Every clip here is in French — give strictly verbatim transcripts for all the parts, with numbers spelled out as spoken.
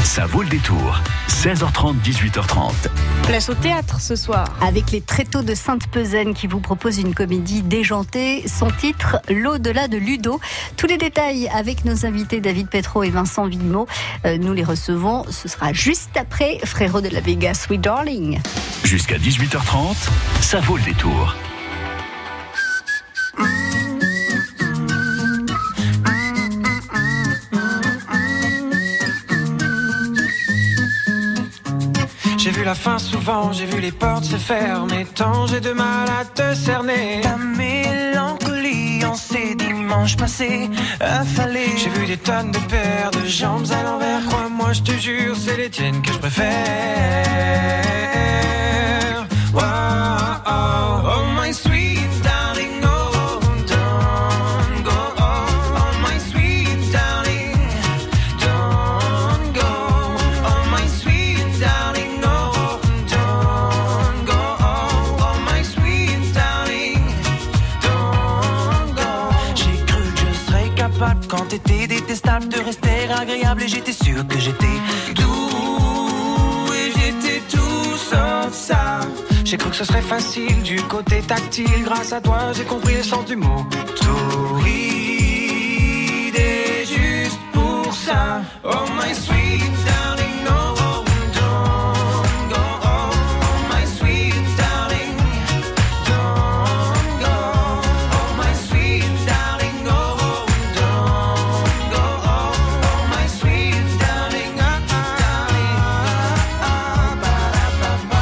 Ça vaut le détour. seize heures trente, dix-huit heures trente. Place au théâtre ce soir. Avec les Tréteaux de Sainte-Pezène qui vous proposent une comédie déjantée. Son titre, L'au-delà de Ludo. Tous les détails avec nos invités David Petro et Vincent Villemot. Euh, nous les recevons. Ce sera juste après Frérot de la Vega, Sweet Darling. Jusqu'à dix-huit heures trente, ça vaut le détour. J'ai vu la fin souvent, j'ai vu les portes se fermer. Tant j'ai de mal à te cerner. Ta mélancolie en ces dimanches passés affalés. J'ai vu des tonnes de paires de jambes à l'envers. Crois-moi, je te jure, c'est les tiennes que je préfère. Wow, oh, oh my sweet darling, oh, don't go. Oh my sweet darling, don't go. Oh my sweet darling, oh, don't go. Oh my sweet darling, don't go. J'ai cru que je serais capable quand t'étais détestable de rester agréable et j'étais sûr que j'étais doux et j'étais tout sauf ça. J'ai cru que ce serait facile du côté tactile. Grâce à toi, j'ai compris le sens du mot. Torride et juste pour ça. Oh my sweet darling, no, don't go. Oh my sweet darling, don't go. Oh my sweet darling, no, don't go. Oh my sweet darling, ah, darling, ah, ba, ba, ba,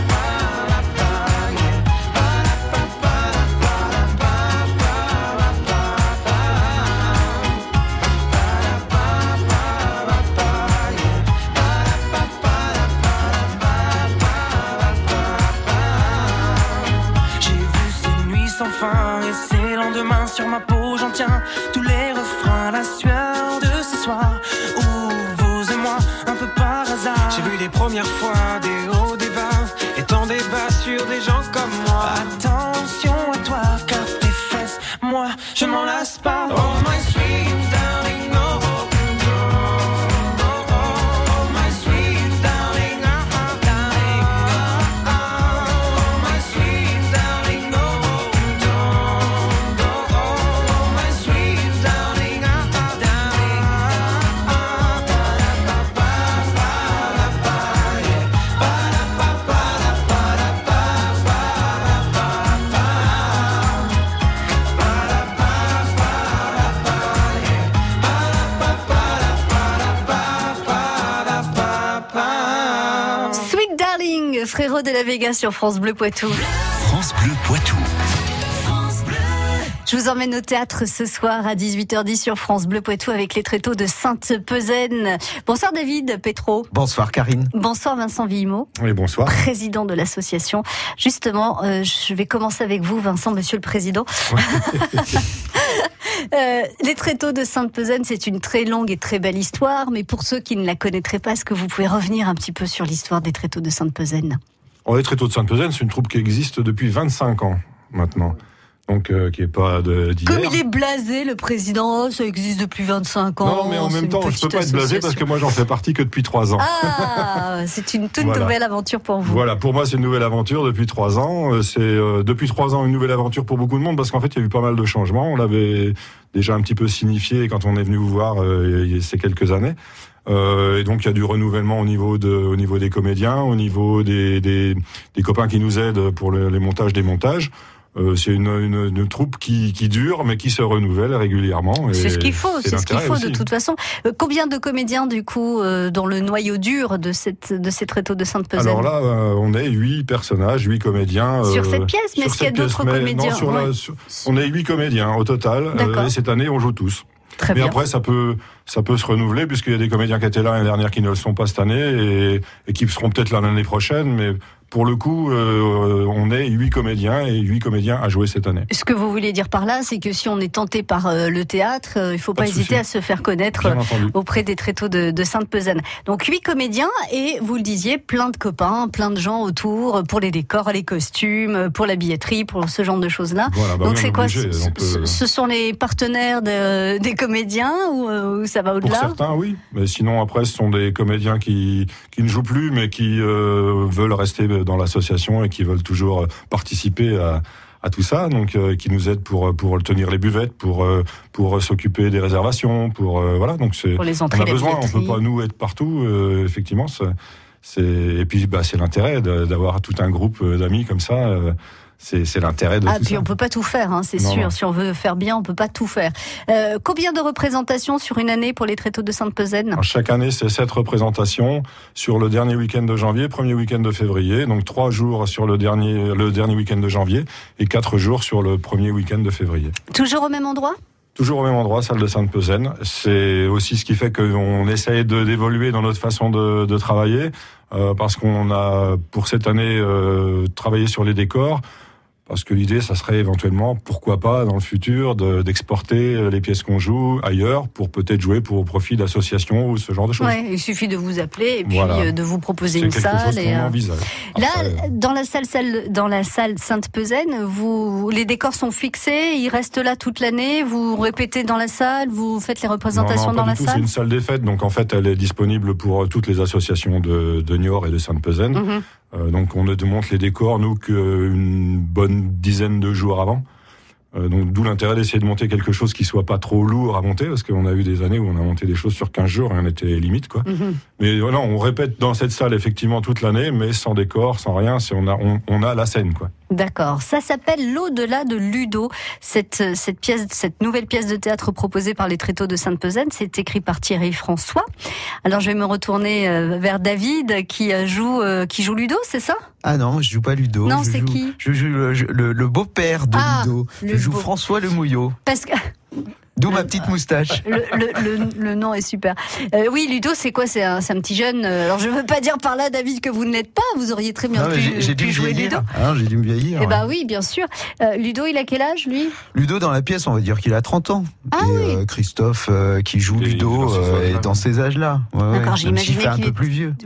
et ces lendemains sur ma peau, j'en tiens tous les refrains, la sueur de ce soir où vous et moi, un peu par hasard. J'ai vu les premières fois des hauts, des bas, et tant débats sur des gens comme moi. Attention à toi, car tes fesses, moi, je m'en lasse pas. Oh my sweet darling, oh, don't go. Oh my sweet darling, ah, ah, darling, ah, ah. Oh my sweet darling, oh, don't go. Oh my sweet darling, ah, ah, darling, ah, ah. Ba da ba ba ba ba, yeah. Ba da ba ba ba ba ba ba ba ba. Ba da ba ba ba ba, yeah. Ba da ba ba ba ba ba ba. Sweet Darling, Frérot de la Vega sur France Bleu Poitou. France Bleu Poitou. Je vous emmène au théâtre ce soir à dix-huit heures dix sur France Bleu Poitou avec les Tréteaux de Sainte-Pezène. Bonsoir David Petro. Bonsoir Karine. Bonsoir Vincent Villemot. Oui, bonsoir. Président de l'association. Justement, euh, je vais commencer avec vous Vincent, monsieur le président. Ouais. euh, les Tréteaux de Sainte-Pezène, c'est une très longue et très belle histoire, mais pour ceux qui ne la connaîtraient pas, est-ce que vous pouvez revenir un petit peu sur l'histoire des Tréteaux de Sainte-Pezène ? Alors, les Tréteaux de Sainte-Pezène, c'est une troupe qui existe depuis vingt-cinq ans maintenant. Donc, euh, qui est pas de, d'hier. Comme il est blasé, le président, oh, ça existe depuis vingt-cinq ans. Non, mais en même temps, je peux pas être blasé parce que moi, j'en fais partie que depuis trois ans. Ah, c'est une toute Voilà. nouvelle aventure pour vous. Voilà, pour moi, c'est une nouvelle aventure depuis trois ans. C'est euh, depuis trois ans une nouvelle aventure pour beaucoup de monde parce qu'en fait, il y a eu pas mal de changements. On l'avait déjà un petit peu signifié quand on est venu vous voir euh, il y a ces quelques années. Euh, et donc il y a du renouvellement au niveau de, au niveau des comédiens, au niveau des, des, des copains qui nous aident pour le, les montages, démontages. Euh, c'est une, une, une troupe qui, qui dure, mais qui se renouvelle régulièrement. Et c'est ce qu'il faut, c'est, c'est ce qu'il faut aussi. de toute façon. Euh, combien de comédiens, du coup, euh, dans le noyau dur de, cette, de ces Tréteaux de Sainte-Pezène ? Alors là, euh, on est huit personnages, huit comédiens. Sur euh, cette pièce, mais est-ce qu'il y a pièce, d'autres mais comédiens ? non, sur Ouais. la, sur, on est huit comédiens au total, euh, et cette année, on joue tous. Très mais bien. après, ça peut, ça peut se renouveler, puisqu'il y a des comédiens qui étaient là l'année dernière qui ne le sont pas cette année, et, et qui seront peut-être là l'année prochaine, mais pour le coup, euh, on est huit comédiens et huit comédiens à jouer cette année. Ce que vous voulez dire par là, c'est que si on est tenté par euh, le théâtre, euh, il ne faut pas, Pas de hésiter souci. à se faire connaître Bien euh, entendu. auprès des Tréteaux de, de Sainte-Pezène. Donc huit comédiens et, vous le disiez, plein de copains, plein de gens autour pour les décors, les costumes, pour la billetterie, pour ce genre de choses-là. Voilà, bah donc oui, on c'est est quoi obligé, ce, on peut- ce sont les partenaires de, des comédiens ou, euh, ou ça va Pour au-delà. certains, oui. Mais sinon, après, ce sont des comédiens qui, qui ne jouent plus, mais qui euh, veulent rester dans l'association et qui veulent toujours participer à, à tout ça. Donc, euh, qui nous aident pour, pour tenir les buvettes, pour, euh, pour s'occuper des réservations, pour, euh, voilà. Donc, c'est, Pour les entrées, on a la besoin, on billetterie. peut pas nous être partout, euh, effectivement. C'est, c'est, et puis, bah, c'est l'intérêt de, d'avoir tout un groupe d'amis comme ça. Euh, C'est, c'est l'intérêt de Ah, tout puis ça. on peut pas tout faire, hein, c'est Non, sûr. non. Si on veut faire bien, on peut pas tout faire. Euh, combien de représentations sur une année pour les Tréteaux de Sainte-Pezène ? Alors, chaque année, c'est sept représentations sur le dernier week-end de janvier, premier week-end de février. Donc trois jours sur le dernier, le dernier week-end de janvier et quatre jours sur le premier week-end de février. Toujours au même endroit ? Toujours au même endroit, salle de Sainte-Pezène. C'est aussi ce qui fait qu'on essaye de, d'évoluer dans notre façon de, de travailler, euh, parce qu'on a, pour cette année, euh, travaillé sur les décors. Parce que l'idée, ça serait éventuellement, pourquoi pas, dans le futur, de, d'exporter les pièces qu'on joue ailleurs pour peut-être jouer pour au profit d'associations ou ce genre de choses. Ouais, il suffit de vous appeler et puis Voilà. euh, de vous proposer C'est une quelque salle. chose Et, qu'on euh, envisage. Là, Après, dans la salle, salle, dans la salle Sainte-Pezène, vous, les décors sont fixés, ils restent là toute l'année. Vous répétez dans la salle, vous faites les représentations non, non, dans pas la du tout. C'est salle. une salle des fêtes, donc en fait, elle est disponible pour toutes les associations de, de Niort et de Sainte-Pezène. Mhm. Euh, donc on ne démonte les décors, nous, qu'une bonne dizaine de jours avant. Euh, donc d'où l'intérêt d'essayer de monter quelque chose qui soit pas trop lourd à monter, parce qu'on a eu des années où on a monté des choses sur quinze jours et on était limite, quoi. Mhm. Mais voilà, on répète dans cette salle effectivement toute l'année, mais sans décor, sans rien. C'est on a on, on a la scène, quoi. D'accord. Ça s'appelle L'au-delà de Ludo. Cette, cette pièce, cette nouvelle pièce de théâtre proposée par les Tréteaux de Sainte-Pezène, c'est écrit par Thierry François. Alors je vais me retourner euh, vers David qui euh, joue, euh, qui joue Ludo, c'est ça? Ah non, je joue pas Ludo. Non, je c'est joue, qui Je joue le, le, le beau-père de Ah, Ludo. le Je joue beau- François le Mouillot. Parce que D'où ma petite moustache. le, le, le, le nom est super. Euh, oui, Ludo, c'est quoi? C'est un, c'est un petit jeune. euh, Alors je veux pas dire par là, David, que vous ne l'êtes pas. Vous auriez très bien Non, mais pu, j'ai, j'ai dû pu me jouer Ludo. vieillir. Ah, j'ai dû me vieillir. Eh ouais. ben oui, bien sûr. Euh, Ludo, il a quel âge, lui? Ludo dans la pièce, on va dire qu'il a trente ans. Ah et oui. euh, Christophe euh, qui joue Et il est Ludo dans ces euh, âges-là. est dans ces âges-là. Ouais, ouais. D'accord, j'ai Même s'il imaginé fait un qu'il peu est- plus vieux.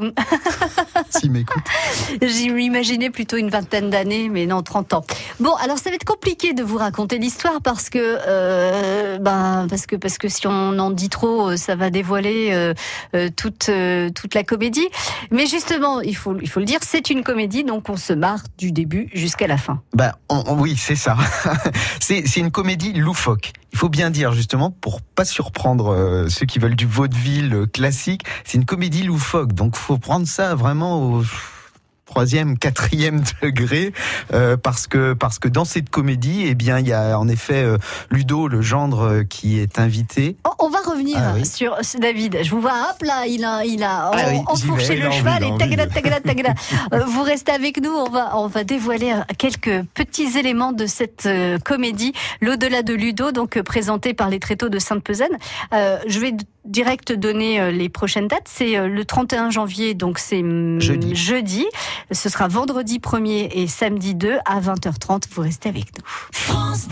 S'il m'écoute. J'imaginais plutôt une vingtaine d'années, mais non, trente ans. Bon, alors ça va être compliqué de vous raconter l'histoire parce que, euh, ben, parce que, parce que si on en dit trop, ça va dévoiler euh, euh, toute, euh, toute la comédie. Mais justement, il faut, il faut le dire, c'est une comédie, donc on se marre du début jusqu'à la fin. Bah, on- on- oui, c'est ça. c'est, c'est une comédie loufoque. Il faut bien dire, justement, pour pas surprendre euh, ceux qui veulent du vaudeville euh, classique, c'est une comédie loufoque. Donc, faut prendre ça vraiment au troisième, quatrième degré, euh, parce que parce que dans cette comédie, eh bien, il y a en effet euh, Ludo, le gendre, euh, qui est invité. On- On va revenir Ah oui. sur sur David. Je vous vois, hop là, il a, il a Ah oui, en- j'y enfourché vais, il le a envie, cheval il a et envie. tagada, tagada, tagada. Euh, Vous restez avec nous, on va, on va dévoiler quelques petits éléments de cette euh, comédie, L'au-delà de Ludo, donc euh, présentée par les Tréteaux de Sainte-Pezène. Euh, je vais d- direct donner euh, les prochaines dates. C'est euh, le trente et un janvier, donc c'est hum, Jeudi. jeudi. Ce sera vendredi premier et samedi deux à vingt heures trente. Vous restez avec nous. France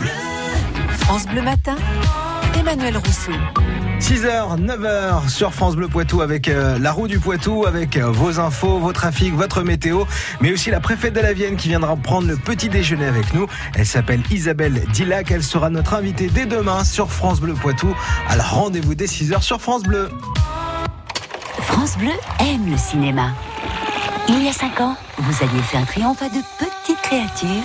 Bleu Matin, Emmanuel Rousseau. six heures, neuf heures sur France Bleu Poitou avec euh, la roue du Poitou, avec euh, vos infos, vos trafics, votre météo, mais aussi la préfète de la Vienne qui viendra prendre le petit déjeuner avec nous. Elle s'appelle Isabelle Dillac, elle sera notre invitée dès demain sur France Bleu Poitou. Alors rendez-vous dès six heures sur France Bleu. France Bleu aime le cinéma. Il y a cinq ans, vous aviez fait un triomphe à de petites créatures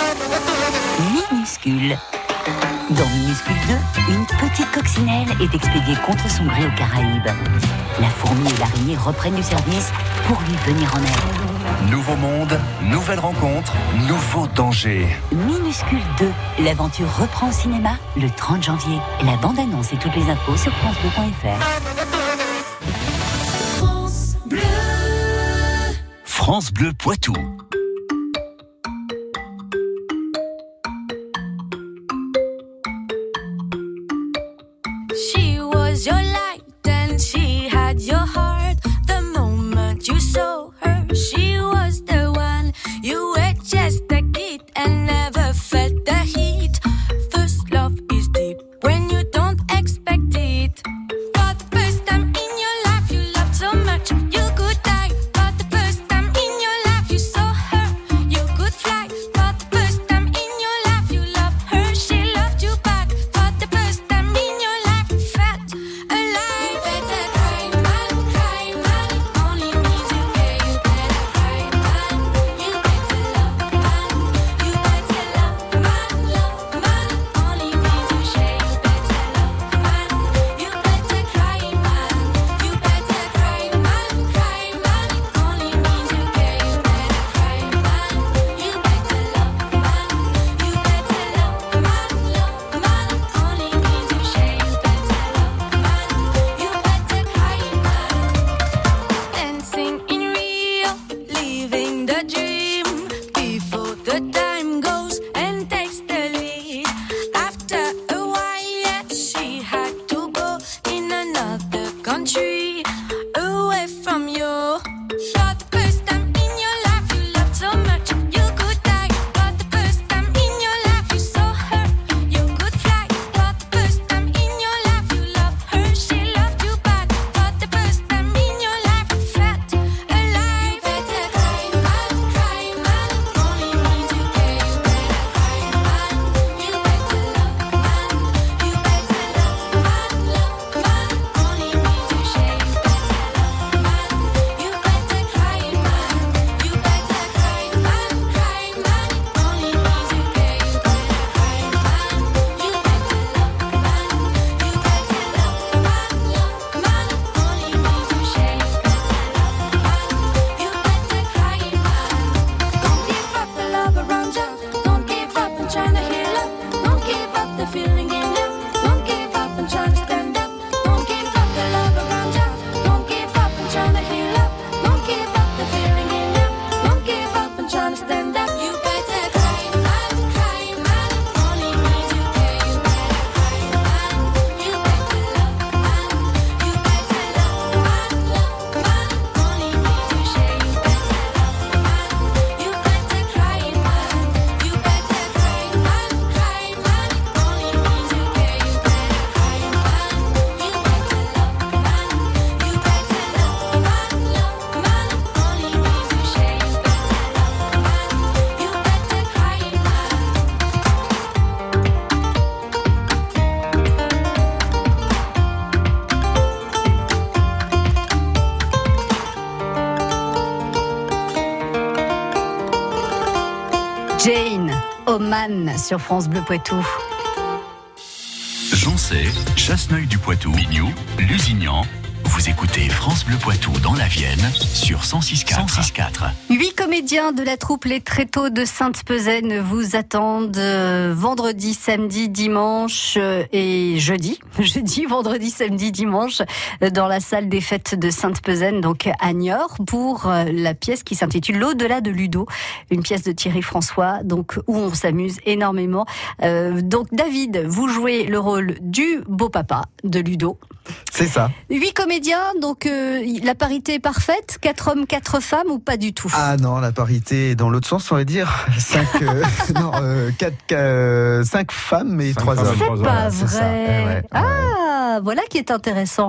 minuscules. Dans Minuscule deux, une petite coccinelle est expédiée contre son gré aux Caraïbes. La fourmi et l'araignée reprennent du service pour lui venir en aide. Nouveau monde, nouvelle rencontre, nouveau danger. Minuscule deux, l'aventure reprend au cinéma le trente janvier. La bande-annonce et toutes les infos sur francebleu point fr. France Bleu. France Bleu Poitou. She was your light and she had your heart. The moment you saw her, she was the one. You were just a kid and never felt the heat. First love is deep when you don't expect it. For the first time in your life, you loved so much you could die. For the first time in your life, you saw from you. For the first time in your life, you loved so much, you could die. For the first time in your life, you saw her, you could fly. For the first time in your life, you loved her, she loved you back. For the first time in your life, you felt alive. You better cry, man, cry, man. Only means you care. You better cry, man. You better love, man. You better love, man, love, man. Only means you share. You better love, man. You better cry, man. You better cry, man, cry, man. Only means you care. You better cry, man. You better love, man. You better love, man, love, man. Only means you share. You better love, man. You better cry, man. Don't give up the love around you. Don't give up and trying to heal up. Don't give up the feeling in you. Don't give up and trying to stand up. Don't give up the love around you. Don't give up and trying to heal up. Don't give up the feeling in you. Don't give up and trying to stand up. You better cry, man, cry, man. Only means you care. You better cry, man. You better love, man. You better love, man, love, man. Only means you share. You better love, man. You better cry, man. You better cry, man, cry, man. Only means you care. You better cry, man. You better love, man. You better love, man, love, man. Only means you share. You better love, man. You better cry, man. Jane, Oman sur France Bleu Poitou. Joncé, Chasseneuil du Poitou, Mignou, Lusignan. Vous écoutez France Bleu Poitou dans la Vienne sur cent six virgule quatre. Huit comédiens de la troupe Les Tréteaux de Sainte-Pezène vous attendent euh, vendredi, samedi, dimanche euh, et jeudi. Jeudi, vendredi, samedi, dimanche euh, dans la salle des fêtes de Sainte-Pezène, donc à Niort, pour euh, la pièce qui s'intitule L'au-delà de Ludo, une pièce de Thierry François, donc où on s'amuse énormément. Euh, donc David, vous jouez le rôle du beau papa de Ludo. C'est ça. Huit comédiens, donc euh, la parité est parfaite, quatre hommes, quatre femmes ou pas du tout? Ah non, la parité est dans l'autre sens, on va dire. Cinq, euh, non, euh, quatre, euh, cinq femmes et Cinq trois femmes et hommes. trois C'est pas hommes, c'est ça. vrai. Eh ouais, ah, ouais. voilà qui est intéressant.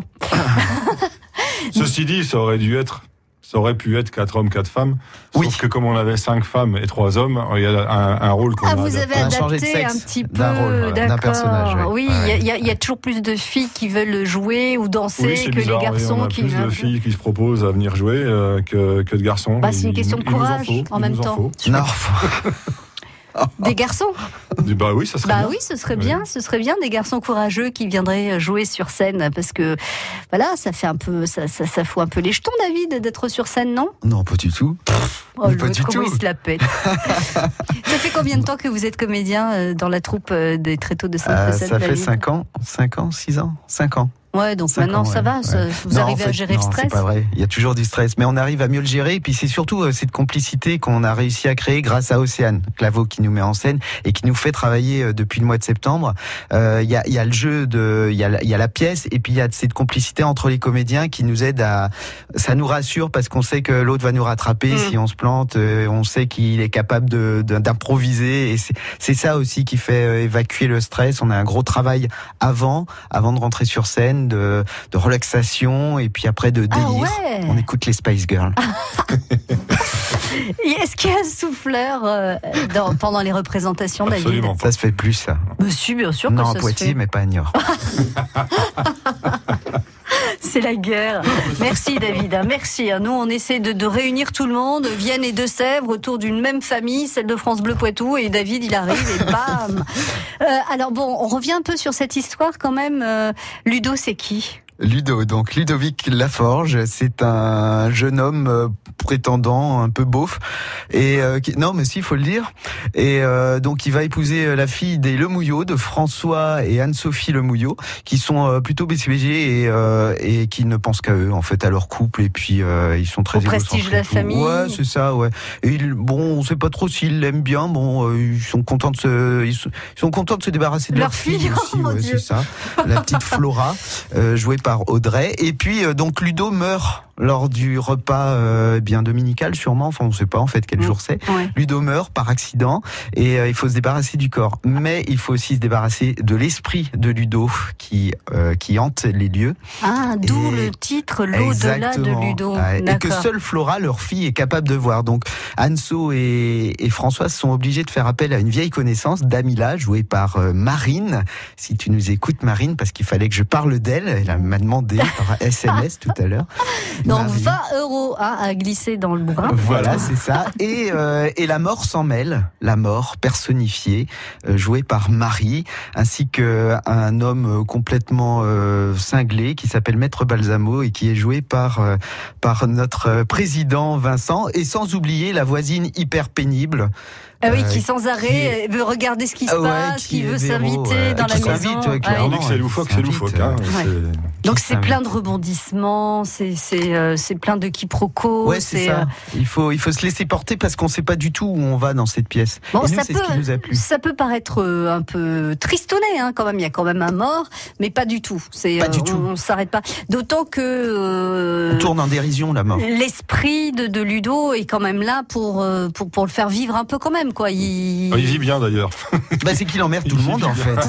Ceci dit, ça aurait dû être, ça aurait pu être quatre hommes, quatre femmes. Oui. Sauf que comme on avait cinq femmes et trois hommes, il y a un, un rôle qu'on Ah, a vous adapté. avez On a changé de adapté sexe un petit peu, d'un rôle, voilà, d'un d'accord. personnage, ouais. Oui, il Ouais. y, a- il y a toujours plus de filles qui veulent jouer ou danser Oui, c'est que bizarre, les oui, garçons on a qui plus de veulent. filles qui se proposent à venir jouer euh, que, que de garçons. Bah, c'est une Il- question de il nous en courage, faut, en il même nous temps. faut. Non. Des garçons. Bah oui, ça serait Bah bien. oui, ce serait Oui. bien, ce serait bien des garçons courageux qui viendraient jouer sur scène parce que voilà, ça fait un peu, ça, ça, ça fout un peu les jetons, David, d'être sur scène, non? Non, pas du tout. Oh, Mais pas l'autre, du comment tout. il se la pète. Ça fait combien de temps que vous êtes comédien euh, dans la troupe euh, des Tréteaux de Euh, Sainte-Pezène, ça fait David? cinq ans, cinq ans, six ans, cinq ans. Ouais, donc Cinq maintenant ans, ça ouais, va, ouais. ça- vous Non, arrivez en fait, à gérer non, le stress. C'est pas vrai. Il y a toujours du stress, mais on arrive à mieux le gérer. Et puis c'est surtout euh, cette complicité qu'on a réussi à créer grâce à Océane Claveau qui nous met en scène et qui nous fait travailler euh, depuis le mois de septembre. Euh, Il y, a, il y a le jeu de, il y a, la- il y a la pièce et puis il y a cette complicité entre les comédiens qui nous aide à, ça nous rassure parce qu'on sait que l'autre va nous rattraper Mm. si on se plante. euh, On sait qu'il est capable de, de- d'improviser et c'est, c'est ça aussi qui fait euh, évacuer le stress. On a un gros travail avant, avant de rentrer sur scène, de, de relaxation. Et puis après de Ah délire, ouais. on écoute les Spice Girls. Et est-ce qu'il y a un souffleur euh, dans- pendant les représentations, David? Absolument pas. Ça se fait plus ça. Monsieur, bien sûr que Non, ça à se Poitiers, fait. mais pas à Niort. C'est la guerre. Merci David, hein, merci. Nous, on essaie de, de réunir tout le monde, Vienne et Deux-Sèvres, autour d'une même famille, celle de France Bleu Poitou, et David, il arrive et bam. Euh, alors bon, on revient un peu sur cette histoire quand même. Euh, Ludo, c'est qui? Ludo, donc Ludovic Laforge, c'est un jeune homme euh, prétendant un peu beauf et euh, qui, non mais si, il faut le dire. Et euh, donc il va épouser euh, la fille des Lemouillot, de François et Anne-Sophie Lemouillot, qui sont euh, plutôt B C B G et, euh, et qui ne pensent qu'à eux, en fait, à leur couple. Et puis euh, ils sont très Au prestige de la égocentriques. famille. Ouais, c'est ça, ouais. Et ils, bon, on sait pas trop s'ils l'aiment bien. Bon, euh, ils sont contents de se, ils sont, ils sont contents de se débarrasser de Leur leur, fille, fille, aussi. oh mon Ouais, Dieu. c'est ça. La petite Flora, euh, jouée par Audrey. Et puis euh, donc Ludo meurt lors du repas euh, bien dominical sûrement, enfin on ne sait pas en fait quel mmh. jour c'est. Ouais. Ludo meurt par accident et euh, il faut se débarrasser du corps. Mais il faut aussi se débarrasser de l'esprit de Ludo qui euh, qui hante les lieux. Ah, d'où et... le titre l'au-delà de Ludo. Ah, et que seule Flora, leur fille, est capable de voir. Donc Anso et, et Françoise sont obligés de faire appel à une vieille connaissance, Damila, jouée par euh, Marine. Si tu nous écoutes Marine, parce qu'il fallait que je parle d'elle, elle m'a demandé par S M S tout à l'heure. Donc Marie. vingt euros hein, à glisser dans le bras. Voilà, c'est ça. Et, euh, et la mort s'en mêle, la mort personnifiée, euh, jouée par Marie, ainsi qu'un homme complètement euh, cinglé qui s'appelle Maître Balsamo et qui est joué par, euh, par notre président Vincent. Et sans oublier la voisine hyper pénible. Ah oui, qui sans arrêt qui... veut regarder ce qui se ah ouais, passe, qui, qui veut s'inviter ouais. dans qui la maison. Ouais, clairement, c'est loufoque, c'est loufoque. Hein, ouais. c'est... Donc c'est plein de rebondissements, c'est c'est euh, c'est plein de quiproquos. Ouais, c'est, c'est ça. Euh... Il faut il faut se laisser porter parce qu'on sait pas du tout où on va dans cette pièce. Bon, et nous, ça c'est peut ce qui nous a plu. Ça peut paraître un peu tristouné, hein, quand même. Il y a quand même un mort, mais pas du tout. C'est pas euh, du on, tout. On s'arrête pas. D'autant que euh, on tourne en dérision la mort. L'esprit de, de Ludo est quand même là pour euh, pour pour le faire vivre un peu quand même, quoi. Il Il vit bien d'ailleurs. Bah c'est qu'il emmerde tout le monde en fait.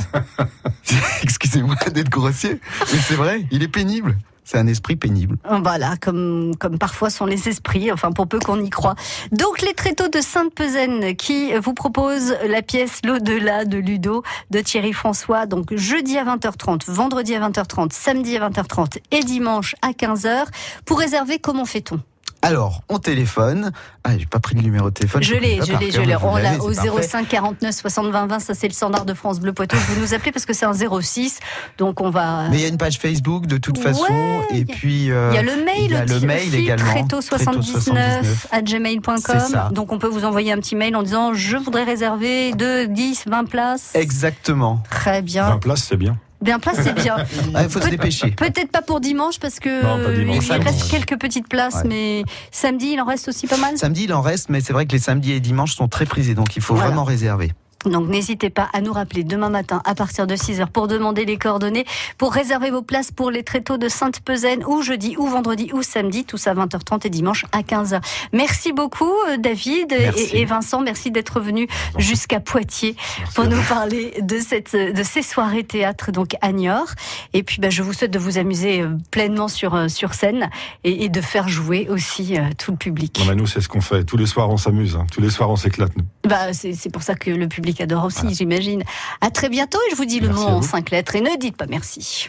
Excusez-moi d'être grossier, mais c'est vrai, il est pénible. C'est un esprit pénible. Voilà, comme, comme parfois sont les esprits, enfin pour peu qu'on y croit. Donc les tréteaux de Sainte-Pezaine qui vous proposent la pièce L'au-delà de Ludo de Thierry François. Donc jeudi à vingt heures trente, vendredi à vingt heures trente, samedi à vingt heures trente et dimanche à quinze heures. Pour réserver, comment fait-on ? Alors, on téléphone. Ah, j'ai pas pris le numéro de téléphone. Je, je l'ai, je l'ai, je l'ai. On l'a au zéro cinq parfait. quarante-neuf soixante vingt vingt. Ça, c'est le standard de France Bleu Poitou. Vous nous appelez parce que c'est un zéro six. Donc, on va. Mais il y a une page Facebook de toute façon. Ouais, et puis. Euh, il y a le mail. Il y a le mail également. tréteau soixante-dix-neuf arobase gmail point com. Donc, on peut vous envoyer un petit mail en disant je voudrais réserver deux, dix, vingt places. Exactement. Très bien. vingt places, c'est bien. Bien place, c'est bien. Il ah, faut Pe- se dépêcher. Peut-être pas pour dimanche parce que non, dimanche, il reste quelques petites places, ouais. Mais samedi, il en reste aussi pas mal. Samedi, il en reste, mais c'est vrai que les samedis et dimanches sont très prisés, donc il faut voilà. vraiment réserver. Donc n'hésitez pas à nous rappeler demain matin à partir de six heures pour demander les coordonnées, pour réserver vos places pour les tréteaux de Sainte-Pezaine ou jeudi ou vendredi ou samedi, tout ça à vingt heures trente et dimanche à quinze heures. Merci beaucoup David et, et Vincent, merci d'être venus jusqu'à Poitiers merci pour nous parler de cette de ces soirées théâtre donc à Niort. Et puis bah, je vous souhaite de vous amuser pleinement sur sur scène et, et de faire jouer aussi euh, tout le public. Non, mais nous c'est ce qu'on fait, tous les soirs on s'amuse, hein. Tous les soirs on s'éclate nous. Bah c'est c'est pour ça que le public adore aussi, voilà. J'imagine. À très bientôt et je vous dis merci le mot en cinq lettres et ne dites pas merci.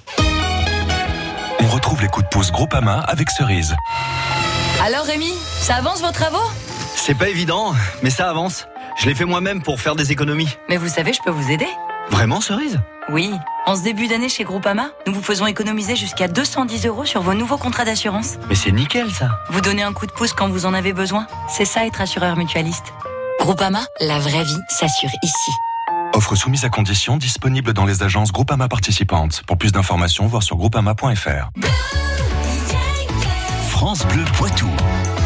On retrouve les coups de pouce Groupama avec Cerise. Alors Rémi, ça avance vos travaux ? C'est pas évident, mais ça avance. Je l'ai fait moi-même pour faire des économies. Mais vous savez, je peux vous aider. Vraiment, Cerise ? Oui. En ce début d'année chez Groupama, nous vous faisons économiser jusqu'à deux cent dix euros sur vos nouveaux contrats d'assurance. Mais c'est nickel ça. Vous donnez un coup de pouce quand vous en avez besoin. C'est ça être assureur mutualiste. Groupama, la vraie vie s'assure ici. Offre soumise à condition, disponible dans les agences Groupama participantes. Pour plus d'informations, voir sur groupama point f r. France Bleu Poitou.